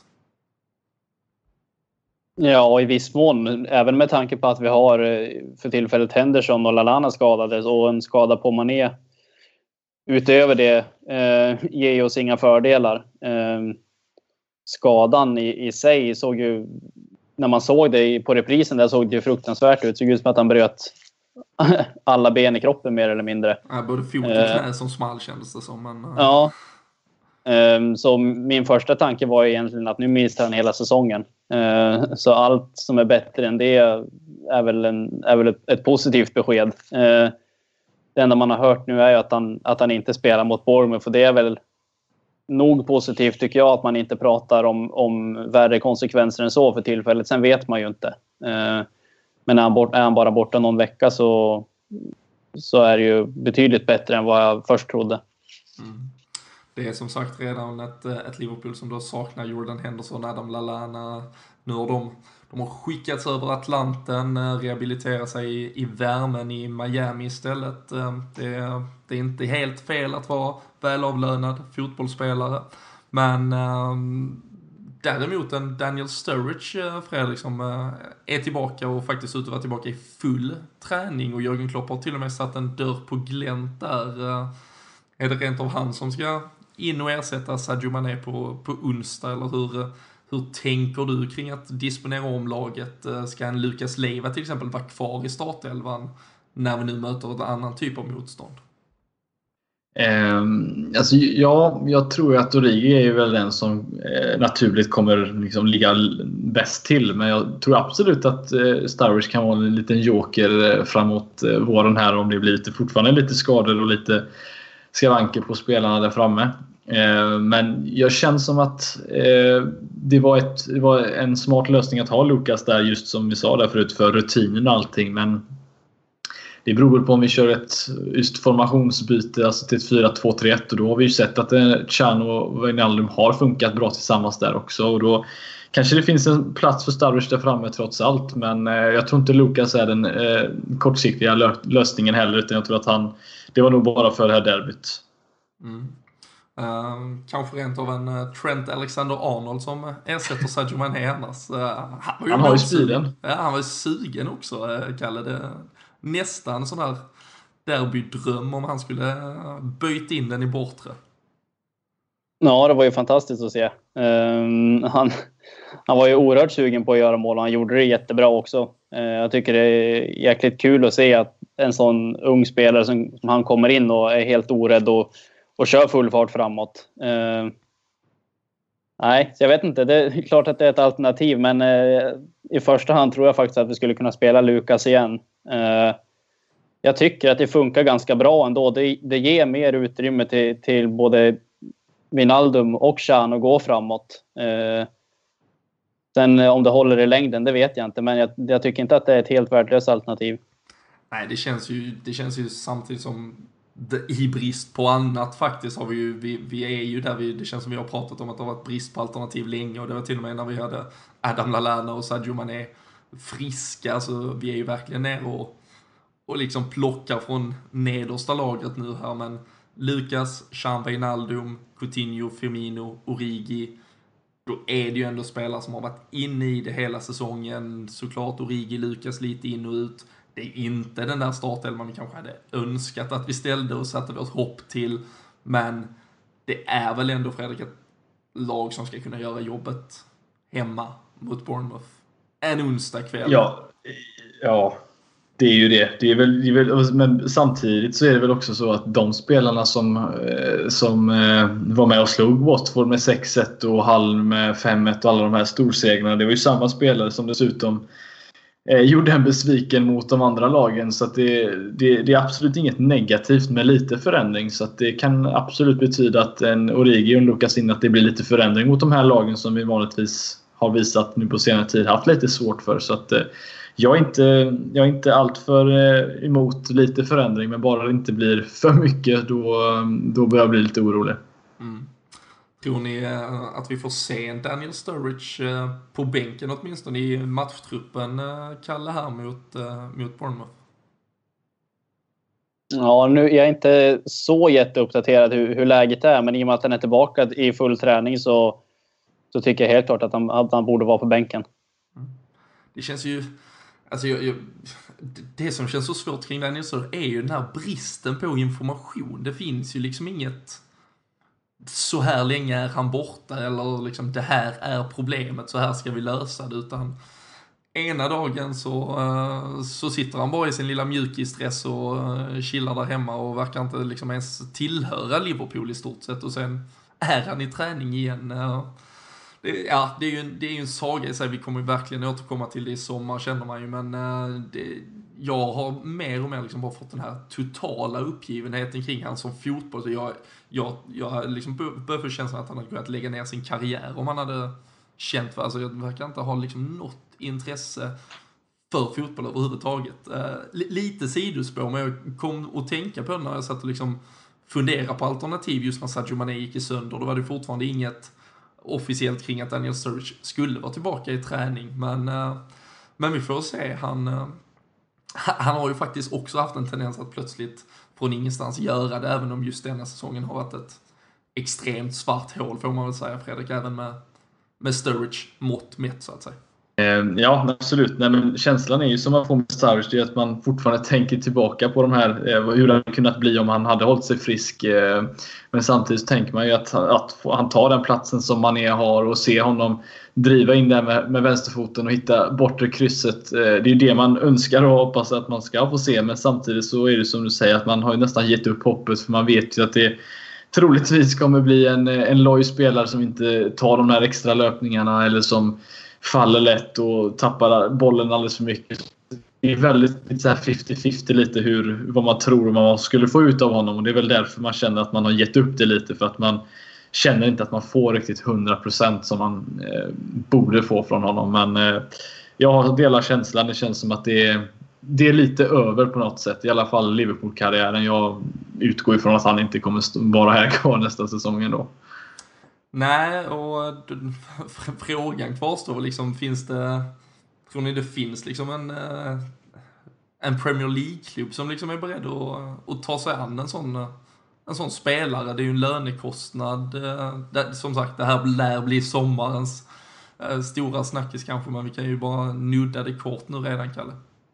Ja, i viss mån. Även med tanke på att vi har för tillfället Henderson och Lallana skadades, och en skada på Mané utöver det ger oss inga fördelar. Skadan i sig såg ju, när man såg det på reprisen, där såg det ju fruktansvärt ut. Det såg ut som att han bröt alla ben i kroppen mer eller mindre. Ja, både fot och knä som small kändes det som. Men... Ja. Så min första tanke var egentligen att nu missar han hela säsongen. Så allt som är bättre än det är väl ett positivt besked. Det enda man har hört nu är ju att han inte spelar mot Bournemouth, för det är väl nog positivt tycker jag, att man inte pratar om värre konsekvenser än så för tillfället. Sen vet man ju inte. Men är han bara borta någon vecka så är det ju betydligt bättre än vad jag först trodde. Det är som sagt redan ett Liverpool som då saknar Jordan Henderson, Adam Lallana. Nu har de har skickats över Atlanten, rehabiliterar sig i värmen i Miami istället. Det är inte helt fel att vara välavlönad fotbollsspelare. Men däremot en Daniel Sturridge, Fredrik, som är tillbaka och faktiskt ut och var tillbaka i full träning. Och Jürgen Klopp har till och med satt en dörr på glänt där. Är det rent av han som ska in och ersätta Sadio Mané på onsdag, eller hur tänker du kring att disponera om laget? Ska en Lucas Leiva till exempel vara kvar i startelvan när vi nu möter en annan typ av motstånd? Alltså, ja, jag tror att Origi är väl den som naturligt kommer liksom ligga bäst till. Men jag tror absolut att Sturridge kan vara en liten joker framåt våren här, om det blir fortfarande lite skador och lite skavanker på spelarna där framme. Men jag känner som att det var en smart lösning att ha Lucas där, just som vi sa där förut, för rutinen och allting. Men det beror på om vi kör ett just formationsbyte, alltså till ett 4-2-3-1, och då har vi ju sett att Can och Wijnaldum har funkat bra tillsammans där också, och då kanske det finns en plats för Sturridge där framme trots allt. Men jag tror inte Lucas är den kortsiktiga lösningen heller, utan jag tror att det var nog bara för det här derbyt. Kanske rent av en Trent Alexander-Arnold som ersätter Sadio Mané annars. Han har ju speeden. Ja, han var ju sugen också, Kalle. Det nästan sån här derbydröm om han skulle böjt in den i bortre. Ja, det var ju fantastiskt att se. Han var ju oerhört sugen på att göra mål och han gjorde det jättebra också. Jag tycker det är jäkligt kul att se att en sån ung spelare som han kommer in och är helt orädd och kör full fart framåt. Nej, så jag vet inte. Det är klart att det är ett alternativ, men i första hand tror jag faktiskt att vi skulle kunna spela Lukas igen. Jag tycker att det funkar ganska bra ändå. Det ger mer utrymme till både Wijnaldum och Can att gå framåt. Sen om det håller i längden, det vet jag inte. Men jag tycker inte att det är ett helt värdelöst alternativ. Nej, det känns ju samtidigt som i brist på annat faktiskt har vi är ju där det känns som vi har pratat om att det har varit brist på alternativ länge, och det var till och med när vi hade Adam Lallana och Sadio Mané friska, så vi är ju verkligen ner och liksom plockar från nedersta lagret nu här, men Lucas, Can, Wijnaldum, Coutinho, Firmino, Origi, då är det ju ändå spelare som har varit inne i det hela säsongen. Såklart Origi, Lucas lite in och ut. Det är inte den där startelvan vi kanske hade önskat att vi ställde och satte vårt hopp till. Men det är väl ändå, Fredrik, ett lag som ska kunna göra jobbet hemma mot Bournemouth en onsdag kväll. Ja, det är ju det. Det är väl, men samtidigt så är det väl också så att de spelarna som var med och slog Watford med 6-1 och Hull med 5-1 och alla de här storsegrarna, det var ju samma spelare som dessutom gjorde en besviken mot de andra lagen. Så att det är absolut inget negativt med lite förändring. Så att det kan absolut betyda att en Origi och Lucas in, att det blir lite förändring mot de här lagen som vi vanligtvis har visat nu på senare tid haft lite svårt för. Så att jag är inte allt för emot lite förändring, men bara det inte blir för mycket, då börjar jag bli lite orolig. Tror ni att vi får se en Daniel Sturridge på bänken åtminstone i matchtruppen, Kalle, här mot Bournemouth? Ja, nu är jag inte så jätteuppdaterad hur läget är, men i och med att han är tillbaka i full träning så tycker jag helt klart att han borde vara på bänken. Det känns ju... Alltså det som känns så svårt kring Daniel Sturridge är ju den här bristen på information. Det finns ju liksom inget... Så här länge är han borta, eller liksom det här är problemet, så här ska vi lösa det, utan ena dagen så sitter han bara i sin lilla mjukisdress och chillar där hemma och verkar inte liksom ens tillhöra Liverpool i stort sett, och sen är han i träning igen. Det är ju en saga i sig. Vi kommer ju verkligen återkomma till det i sommar, känner man ju, men jag har mer och mer liksom bara fått den här totala uppgivenheten kring han som fotboll. Så jag liksom börjar få känslan att han hade kunnat lägga ner sin karriär om han hade känt för. Alltså jag verkar inte ha liksom något intresse för fotboll överhuvudtaget. Lite sidospår, men jag kom att tänka på när jag satt och liksom fundera på alternativ just när Sadio Mané gick i sönder. Då var det fortfarande inget officiellt kring att Daniel Sturridge skulle vara tillbaka i träning, men vi får se. Han har ju faktiskt också haft en tendens att plötsligt från ingenstans göra det, även om just denna säsongen har varit ett extremt svart hål, får man väl säga, Fredrik, även med Sturridge mått mätt, så att säga. Ja, absolut. Nej, men känslan är ju som man får med Sturridge, det är att man fortfarande tänker tillbaka på de här, hur det hade kunnat bli om han hade hållit sig frisk. Men samtidigt så tänker man ju att han tar den platsen som Mané har, och se honom driva in där med vänsterfoten och hitta bortre krysset. Det är ju det man önskar och hoppas att man ska få se. Men samtidigt så är det som du säger, att man har ju nästan gett upp hoppet, för man vet ju att det troligtvis kommer bli en loj spelare som inte tar de här extra löpningarna, eller som faller lätt och tappar bollen alldeles för mycket. Det är väldigt så här 50-50 lite vad man tror man skulle få ut av honom, och det är väl därför man känner att man har gett upp det lite, för att man känner inte att man får riktigt 100% som man borde få från honom. Men jag delar känslan. Det känns som att det är lite över på något sätt, i alla fall Liverpool-karriären. Jag utgår ifrån att han inte kommer vara här kvar nästa säsongen då. Nej, och frågan kvarstår liksom, tror ni det finns liksom en Premier League-klubb som liksom är beredd att ta sig an en sån spelare? Det är ju en lönekostnad. Som sagt, det här lär bli sommarens stora snackis kanske, men vi kan ju bara nudda det kort nu redan, Kalle.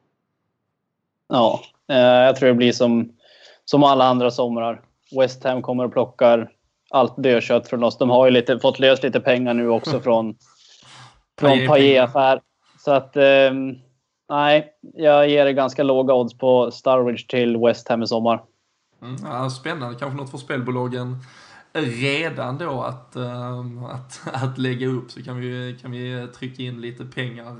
Ja, jag tror det blir som alla andra somrar. West Ham kommer och plockar allt dödkött från oss. De har ju fått löst lite pengar nu också från Payet-affär. Så att nej, jag ger det ganska låga odds på Sturridge till West Ham i sommar. Ja, spännande, kanske något för spelbolagen redan då att lägga upp, så kan vi trycka in lite pengar.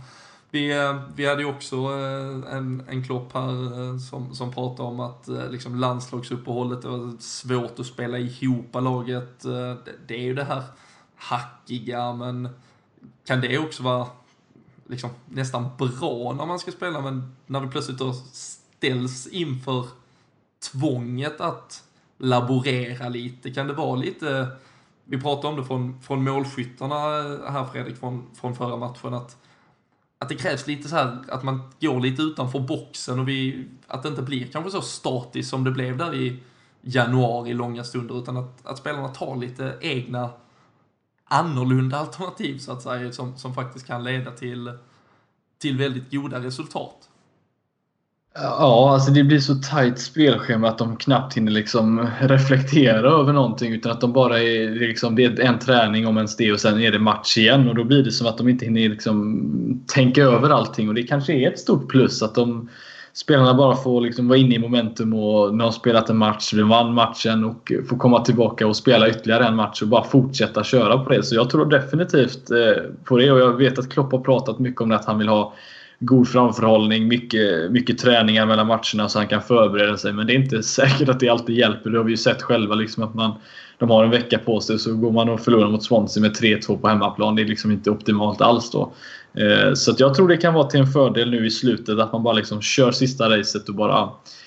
Vi hade ju också en Klopp här som pratade om att liksom landslagsuppehållet var svårt att spela ihop laget. Det är ju det här hackiga, men kan det också vara liksom nästan bra när man ska spela, men när vi plötsligt då ställs inför tvånget att laborera lite, kan det vara lite, vi pratade om det från målskyttarna här, Fredrik, från förra matchen, att det krävs lite så här, att man går lite utanför boxen och att det inte blir kanske så statiskt som det blev där i januari långa stunder, utan att spelarna tar lite egna annorlunda alternativ så att säga, som faktiskt kan leda till väldigt goda resultat. Ja, alltså det blir så tajt spelschema att de knappt hinner liksom reflektera över någonting, utan att de bara är liksom, det är en träning om ens det och sen är det match igen, och då blir det som att de inte hinner liksom tänka över allting, och det kanske är ett stort plus att spelarna bara får liksom vara inne i momentum, och när de spelat en match, de vann matchen och får komma tillbaka och spela ytterligare en match och bara fortsätta köra på det. Så jag tror definitivt på det, och jag vet att Klopp har pratat mycket om det, att han vill ha god framförhållning, mycket träningar mellan matcherna så han kan förbereda sig, men det är inte säkert att det alltid hjälper. Det har vi ju sett själva liksom, att de har en vecka på sig, så går man och förlorar mot Swansea med 3-2 på hemmaplan. Det är liksom inte optimalt alls då. Så att jag tror det kan vara till en fördel nu i slutet att man bara liksom kör sista racet och bara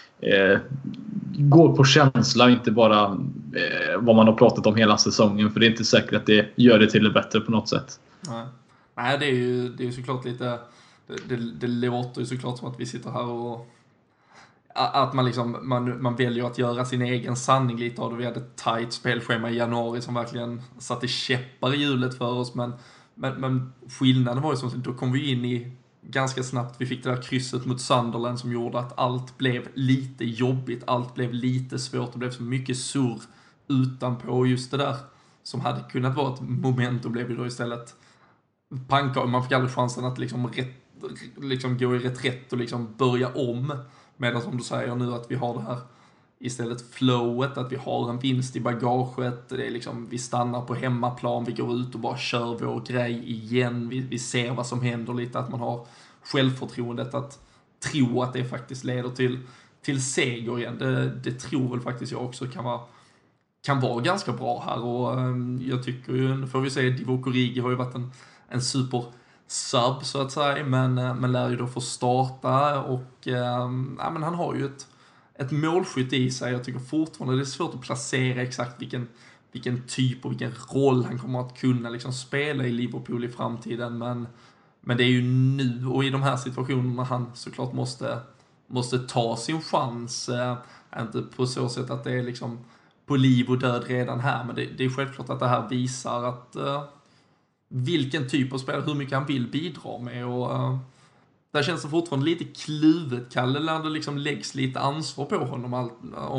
går på känsla och inte bara vad man har pratat om hela säsongen, för det är inte säkert att det gör det till det bättre på något sätt. Nej, det är ju såklart lite, det låter ju såklart som att vi sitter här och att man liksom man väljer att göra sin egen sanning lite av det. Vi hade ett tajt spelschema i januari som verkligen satte käppar i hjulet för oss, men skillnaden var ju som då kom vi in i ganska snabbt, vi fick det där krysset mot Sunderland som gjorde att allt blev lite jobbigt, allt blev lite svårt, det blev så mycket surr utanpå, just det där som hade kunnat vara ett moment, och blev ju då istället panka, och man fick aldrig chansen att liksom gå i reträtt och liksom börja om, medan som du säger nu att vi har det här istället flowet, att vi har en vinst i bagaget, det är liksom, vi stannar på hemmaplan, vi går ut och bara kör vår grej igen, vi ser vad som händer lite, att man har självförtroendet att tro att det faktiskt leder till seger igen. Det tror väl faktiskt jag också kan vara ganska bra här, och jag tycker ju, nu får vi se, Divock Origi har ju varit en super sub så att säga, men lär ju då få starta, och men han har ju ett målskytt i sig. Jag tycker fortfarande det är svårt att placera exakt vilken typ och vilken roll han kommer att kunna liksom spela i Liverpool i framtiden, men det är ju nu och i de här situationerna han såklart måste ta sin chans, inte på så sätt att det är liksom på liv och död redan här, men det är självklart att det här visar att vilken typ av spelare, hur mycket han vill bidra med, och där känns det fortfarande lite kluvet, Kalle, när det liksom läggs lite ansvar på honom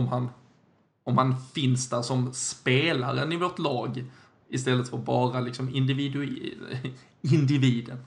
om han finns där som spelaren i vårt lag istället för bara liksom individen.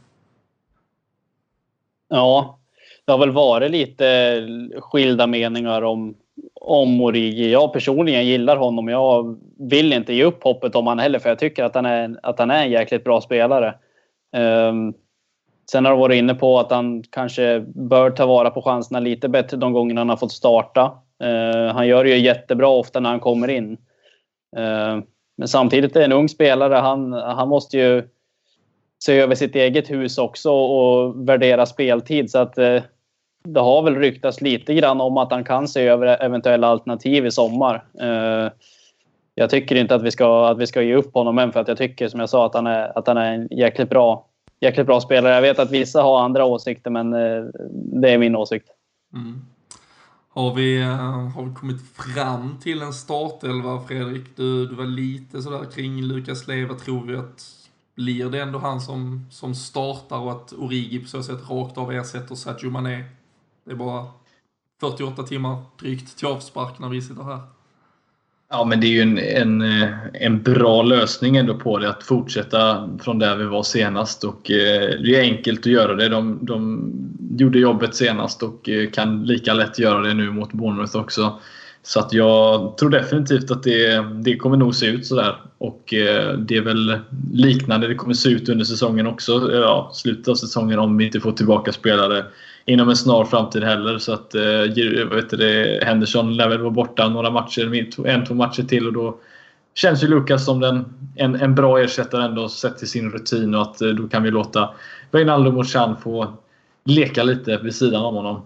Ja, det har väl varit lite skilda meningar om Origi. Jag personligen gillar honom. Jag vill inte ge upp hoppet om han heller, för jag tycker att han är en jäkligt bra spelare. Sen har jag varit inne på att han kanske bör ta vara på chanserna lite bättre de gångerna han har fått starta. Han gör det ju jättebra ofta när han kommer in. Men samtidigt är en ung spelare. Han måste ju se över sitt eget hus också och värdera speltid. Så att det har väl ryktats lite grann om att han kan se över eventuella alternativ i sommar. Jag tycker inte att vi ska ge upp honom än, för att jag tycker, som jag sa, att han är en jäkligt bra spelare. Jag vet att vissa har andra åsikter, men det är min åsikt. Mm. Har vi kommit fram till en startelva, Fredrik? Du var lite sådär kring Lukas Leiva. Tror vi att blir det ändå han som startar, och att Origi på så sätt rakt av ersätter Sadio Mané? Det är bara 48 timmar drygt till avspark när vi sitter här. Ja, men det är ju en bra lösning ändå på det, att fortsätta från där vi var senast. Och det är enkelt att göra det. De gjorde jobbet senast och kan lika lätt göra det nu mot Bournemouth också. Så att jag tror definitivt att det kommer nog se ut sådär. Och det är väl liknande det kommer se ut under säsongen också. Ja, slutet av säsongen, om vi inte får tillbaka spelare inom en snar framtid heller. Så att Henderson lär väl vara borta några matcher, 2 matcher till. Och då känns ju Lucas som en bra ersättare ändå, sett till sin rutin. Och att då kan vi låta Wijnaldum och Chan få leka lite vid sidan om honom.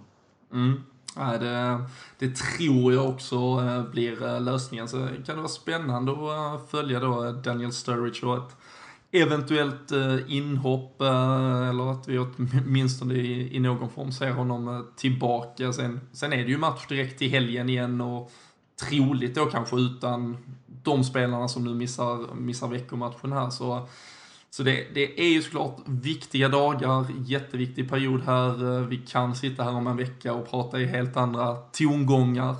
Ja, det tror jag också blir lösningen. Så kan det vara spännande att följa då Daniel Sturridge och ett eventuellt inhopp, eller att vi åtminstone i någon form ser honom tillbaka. Sen är det ju match direkt till helgen igen, och troligt då kanske utan de spelarna som nu missar veckomatchen här. Så det är ju såklart viktiga dagar, jätteviktig period här. Vi kan sitta här om en vecka och prata i helt andra tongångar.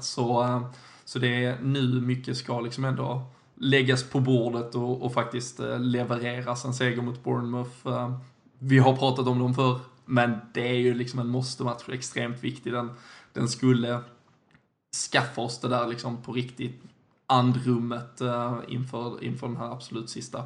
Så det är nu mycket ska liksom ändå läggas på bordet och faktiskt levereras. En seger mot Bournemouth. Vi har pratat om dem förr, men det är ju liksom en måste-match, extremt viktig. Den skulle skaffa oss det där liksom på riktigt andrummet inför den här absolut sista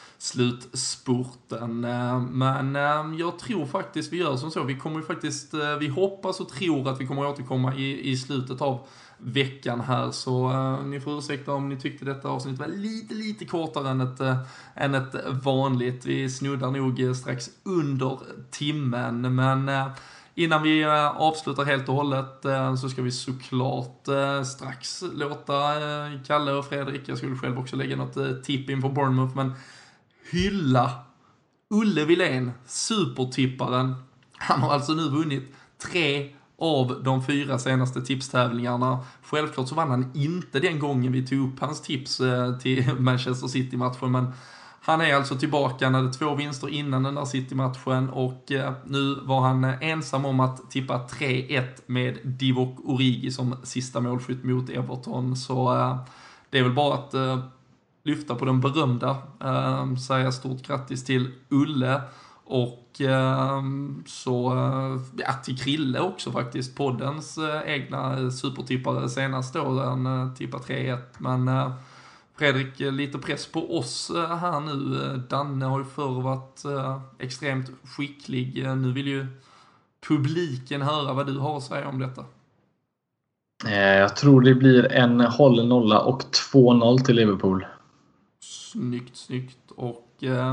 slutspurten. Men jag tror faktiskt vi gör som så. Vi kommer ju faktiskt, vi hoppas och tror att vi kommer att återkomma i slutet av veckan här, så ni får ursäkta om ni tyckte detta avsnitt var lite kortare än ett vanligt. Vi snuddar nog strax under timmen, men innan vi avslutar helt och hållet så ska vi såklart strax låta Kalle och Fredrik, jag skulle själv också lägga något tipp inför Bournemouth, men hylla Olle Wilén, supertipparen. Han har alltså nu vunnit 3 av de 4 senaste tipstävlingarna. Självklart så vann han inte den gången vi tog upp hans tips till Manchester City-matchen, men han är alltså tillbaka. Han hade 2 vinster innan den där City-matchen, och nu var han ensam om att tippa 3-1 med Divock Origi som sista målskytt mot Everton. Så det är väl bara att lyfta på den berömda, säga stort grattis till Ulle, och till Krille också faktiskt, poddens egna supertippare senast då, den tippar 3-1. Men Fredrik, lite press på oss här nu. Danne har ju förr varit extremt skicklig. Nu vill ju publiken höra vad du har att säga om detta. Jag tror det blir en hållen nolla och 2-0 till Liverpool. Snyggt. Och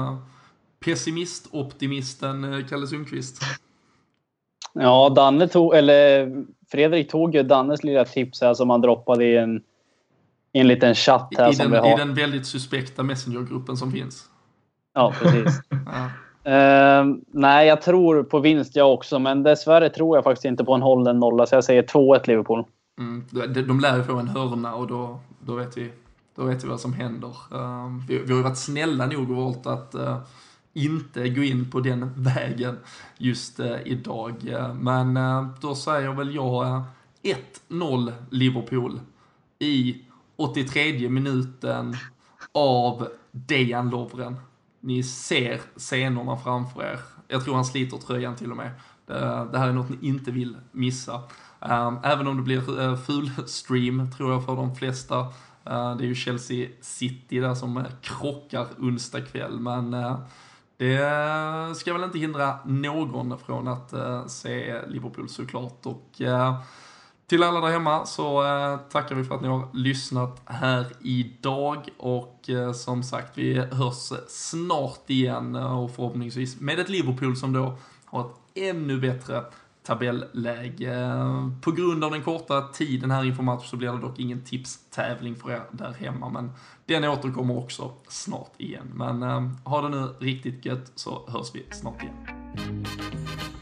pessimist-optimisten Kalle Sundqvist. Ja, Fredrik tog ju Dannes lilla tips här som han droppade i en liten chatt här som vi har. I den väldigt suspekta messengergruppen som finns. Ja, precis. Nej, jag tror på vinst jag också, men dessvärre tror jag faktiskt inte på en hållen nolla, så jag säger 2-1 Liverpool. De lär ju få en hörna, och då vet vi vad som händer. Vi har ju varit snälla nog och valt att inte gå in på den vägen just idag. Men då säger väl jag 1-0 Liverpool i 83 minuten av Dejan Lovren. Ni ser scenerna framför er. Jag tror han sliter tröjan till och med. Det här är något ni inte vill missa. Även om det blir full stream, tror jag, för de flesta. Det är ju Chelsea City där som krockar onsdag kväll. Men det ska väl inte hindra någon från att se Liverpool såklart. Och till alla där hemma så tackar vi för att ni har lyssnat här idag. Och som sagt, vi hörs snart igen, och förhoppningsvis med ett Liverpool som då har ett ännu bättre tabelläge. På grund av den korta tiden här inför match så blir det dock ingen tipstävling för er där hemma, men den återkommer också snart igen. Men ha det nu riktigt gött, så hörs vi snart igen.